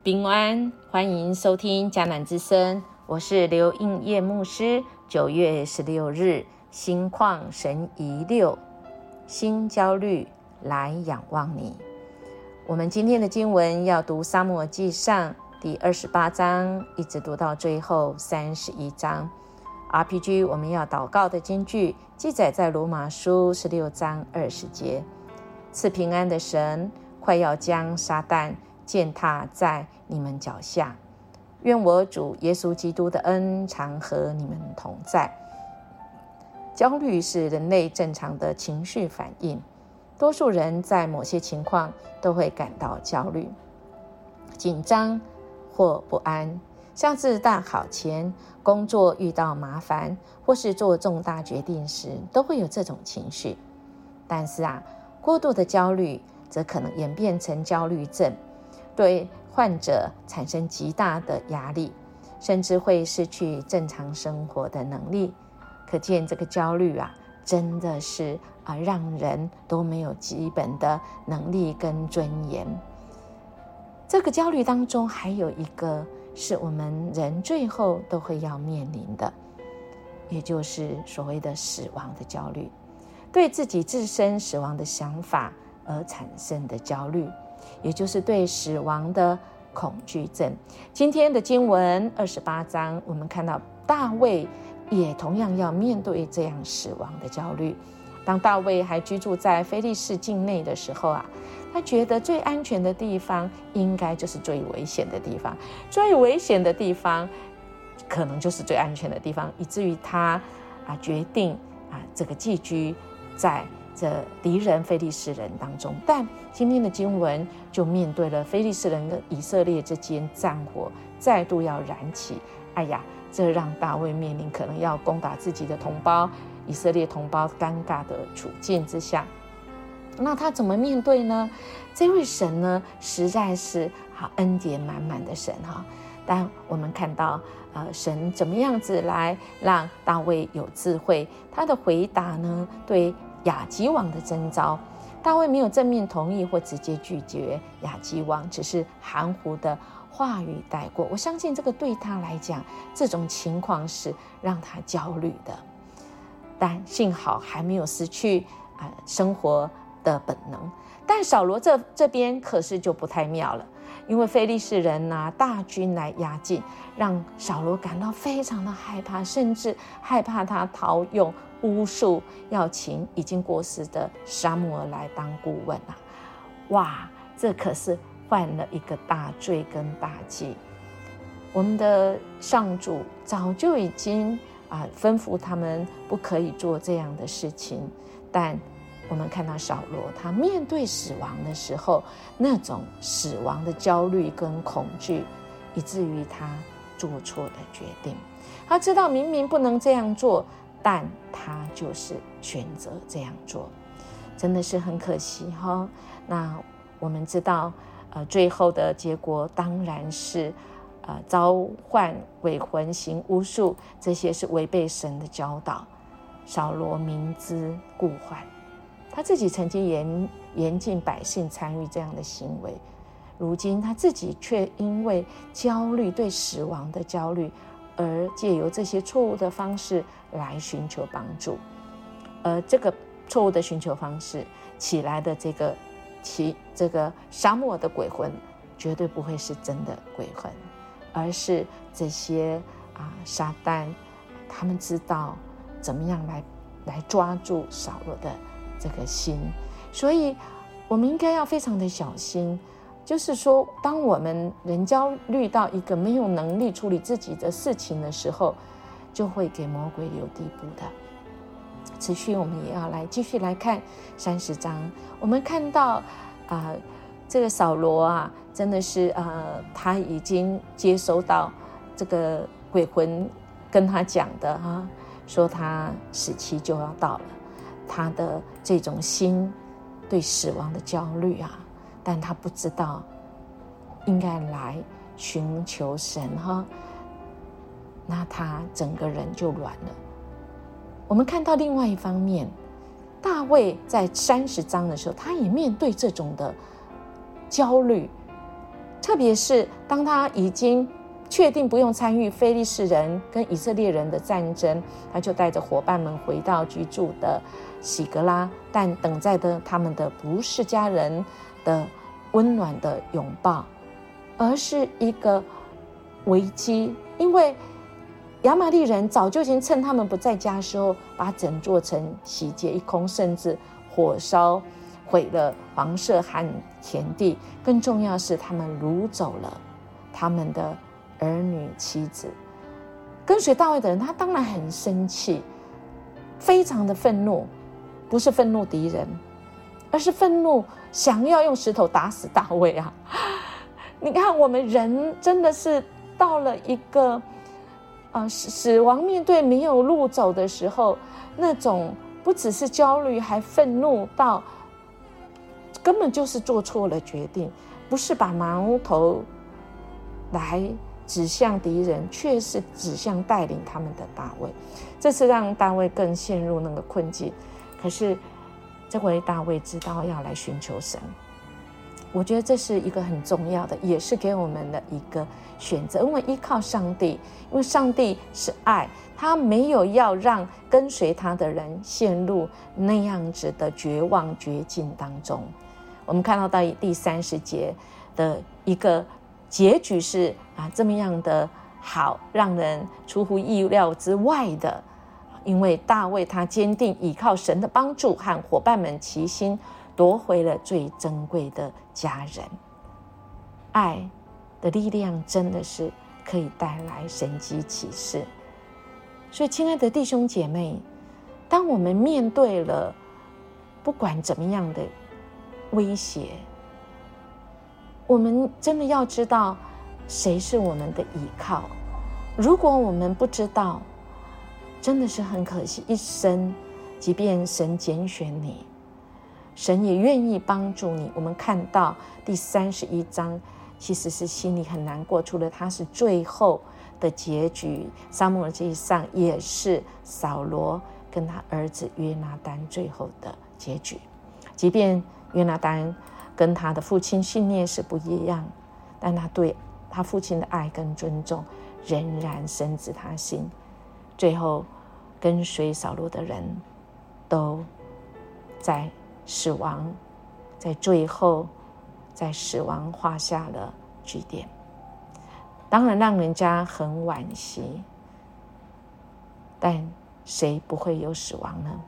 平安，欢迎收听迦南之声，我是刘应叶牧师。9月16日，心旷神怡六，心焦虑来仰望你。我们今天的经文要读撒母耳记上第28章，一直读到最后31章。RPG 我们要祷告的金句记载在罗马书16章20节。赐平安的神，快要将撒旦践踏在你们脚下。愿我主耶稣基督的恩常和你们同在。焦虑是人类正常的情绪反应，多数人在某些情况都会感到焦虑、紧张或不安，像是大考前、工作遇到麻烦，或是做重大决定时，都会有这种情绪。但是过度的焦虑则可能演变成焦虑症，对患者产生极大的压力，甚至会失去正常生活的能力。可见这个焦虑真的是让人都没有基本的能力跟尊严。这个焦虑当中还有一个是我们人最后都会要面临的，也就是所谓的死亡的焦虑，对自己自身死亡的想法而产生的焦虑，也就是对死亡的恐惧症。今天的经文28章，我们看到大卫也同样要面对这样死亡的焦虑。当大卫还居住在非利士境内的时候他觉得最安全的地方应该就是最危险的地方，最危险的地方可能就是最安全的地方，以至于他决定这个寄居在这敌人非利士人当中。但今天的经文就面对了非利士人跟以色列之间战火再度要燃起，这让大卫面临可能要攻打自己的同胞以色列同胞尴尬的处境之下。那他怎么面对呢？这位神呢，实在是恩典满满的神但我们看到神怎么样子来让大卫有智慧。他的回答呢，对亚基王的征召，大卫没有正面同意或直接拒绝亚基王，只是含糊的话语带过。我相信这个对他来讲，这种情况是让他焦虑的，但幸好还没有失去生活的本能。但扫罗这边可是就不太妙了，因为非利士人大军来压境，让扫罗感到非常的害怕，甚至害怕他逃用巫术，要请已经过世的撒母耳来当顾问这可是犯了一个大罪跟大忌。我们的上主早就已经吩咐他们不可以做这样的事情，但我们看到扫罗他面对死亡的时候，那种死亡的焦虑跟恐惧，以至于他做错了决定。他知道明明不能这样做，但他就是选择这样做，真的是很可惜那我们知道最后的结果当然是召唤鬼魂行巫术，这些是违背神的教导。扫罗明知故犯，他自己曾经严禁百姓参与这样的行为，如今他自己却因为焦虑，对死亡的焦虑，而借由这些错误的方式来寻求帮助。而这个错误的寻求方式起来的这个撒母耳的鬼魂，绝对不会是真的鬼魂，而是这些撒旦，他们知道怎么样来抓住扫罗的这个心。所以我们应该要非常的小心，就是说当我们人焦虑到一个没有能力处理自己的事情的时候，就会给魔鬼留地步的。持续我们也要继续来看30章，我们看到这个扫罗真的是他已经接收到这个鬼魂跟他讲的说他死期就要到了，他的这种心对死亡的焦虑但他不知道应该来寻求神那他整个人就软了。我们看到另外一方面，大卫在30章的时候，他也面对这种的焦虑， 特别是当他已经确定不用参与非利士人跟以色列人的战争，他就带着伙伴们回到居住的喜格拉，但等待的他们的不是家人的温暖的拥抱，而是一个危机。因为亚玛力人早就已经趁他们不在家的时候，把整座城洗劫一空，甚至火烧毁了房舍和田地。更重要的是，他们掳走了他们的儿女妻子。跟随大卫的人，他当然很生气，非常的愤怒，不是愤怒敌人，而是愤怒想要用石头打死大卫啊！你看，我们人真的是到了一个死亡面对没有路走的时候，那种不只是焦虑，还愤怒到根本就是做错了决定，不是把矛头来指向敌人，却是指向带领他们的大卫。这是让大卫更陷入那个困境。可是这位大卫知道要来寻求神，我觉得这是一个很重要的，也是给我们的一个选择。因为依靠上帝，因为上帝是爱，他没有要让跟随他的人陷入那样子的绝望绝境当中。我们看到第30节的一个结局是这么样的好，让人出乎意料之外的。因为大卫他坚定依靠神的帮助，和伙伴们齐心夺回了最珍贵的家人。爱的力量真的是可以带来神迹奇事。所以亲爱的弟兄姐妹，当我们面对了不管怎么样的威胁，我们真的要知道谁是我们的依靠。如果我们不知道，真的是很可惜，一生即便神拣选你，神也愿意帮助你。我们看到第31章其实是心里很难过，除了他是最后的结局，撒母耳记上也是扫罗跟他儿子约拿单最后的结局。即便约拿单跟他的父亲信念是不一样，但他对他父亲的爱跟尊重仍然深植他心。最后跟随扫罗的人都在死亡，在最后在死亡画下了句点，当然让人家很惋惜。但谁不会有死亡呢？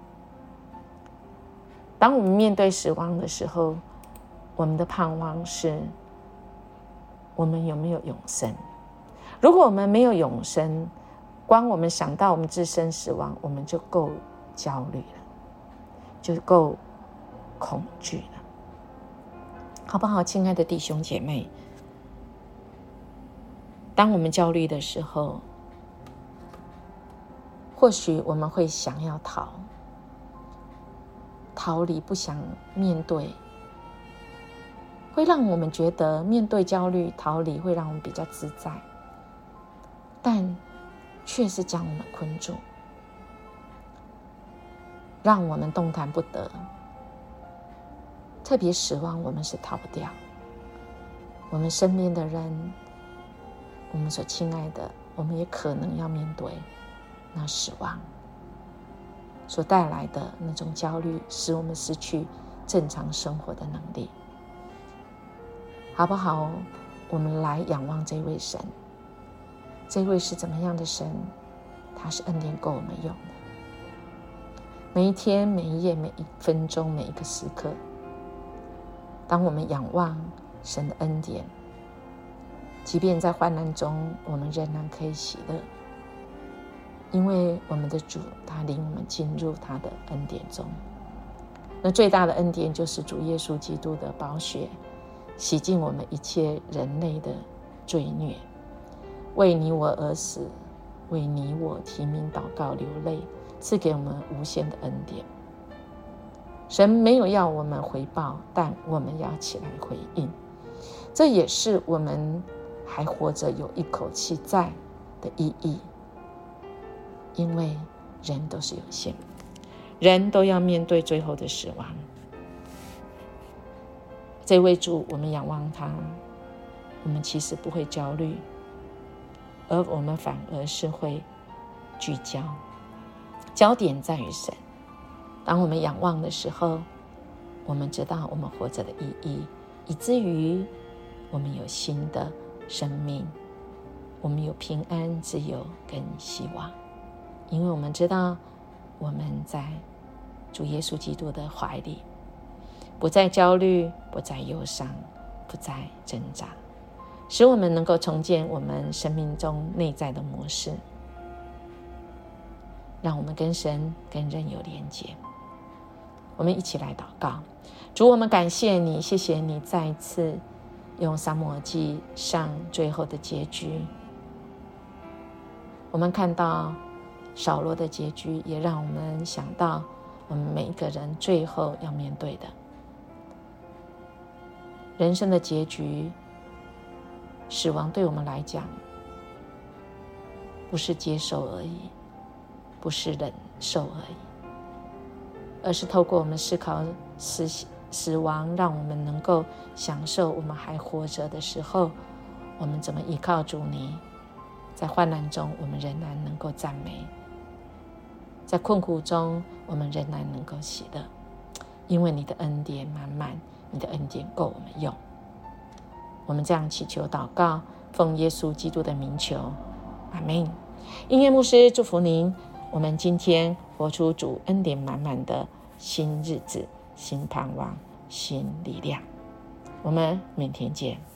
当我们面对死亡的时候，我们的盼望是我们有没有永生。如果我们没有永生，光我们想到我们自身死亡，我们就够焦虑了，就够恐惧了，好不好？亲爱的弟兄姐妹，当我们焦虑的时候，或许我们会想要逃离，不想面对，会让我们觉得面对焦虑逃离会让我们比较自在，但却是将我们困住，让我们动弹不得。特别死亡我们是逃不掉，我们身边的人，我们所亲爱的，我们也可能要面对那死亡所带来的那种焦虑，使我们失去正常生活的能力。好不好？我们来仰望这位神。这位是怎么样的神？他是恩典够我们用的。每一天，每一夜，每一分钟，每一个时刻，当我们仰望神的恩典，即便在患难中，我们仍然可以喜乐，因为我们的主他领我们进入他的恩典中。那最大的恩典就是主耶稣基督的宝血洗净我们一切人类的罪孽，为你我而死，为你我提名祷告流泪，赐给我们无限的恩典。神没有要我们回报，但我们要起来回应。这也是我们还活着有一口气在的意义。因为人都是有限，人都要面对最后的死亡。这位主，我们仰望他， 我们其实不会焦虑，而我们反而是会聚焦，焦点在于神。当我们仰望的时候，我们知道我们活着的意义，以至于我们有新的生命，我们有平安、自由跟希望。因为我们知道我们在主耶稣基督的怀里，不再焦虑，不再忧伤，不再挣扎，使我们能够重建我们生命中内在的模式，让我们跟神跟人有连结。我们一起来祷告。主，我们感谢你，谢谢你再一次用撒母耳记上最后的结局。我们看到扫罗的结局，也让我们想到我们每一个人最后要面对的人生的结局。死亡对我们来讲不是接受而已，不是忍受而已，而是透过我们思考死亡，让我们能够享受我们还活着的时候，我们怎么依靠主你，在患难中我们仍然能够赞美，在困苦中我们仍然能够喜乐，因为你的恩典满满，你的恩典够我们用。我们这样祈求祷告，奉耶稣基督的名求，阿们。音乐牧师祝福您，我们今天活出主恩典满满的新日子，新盼望，新力量。我们明天见。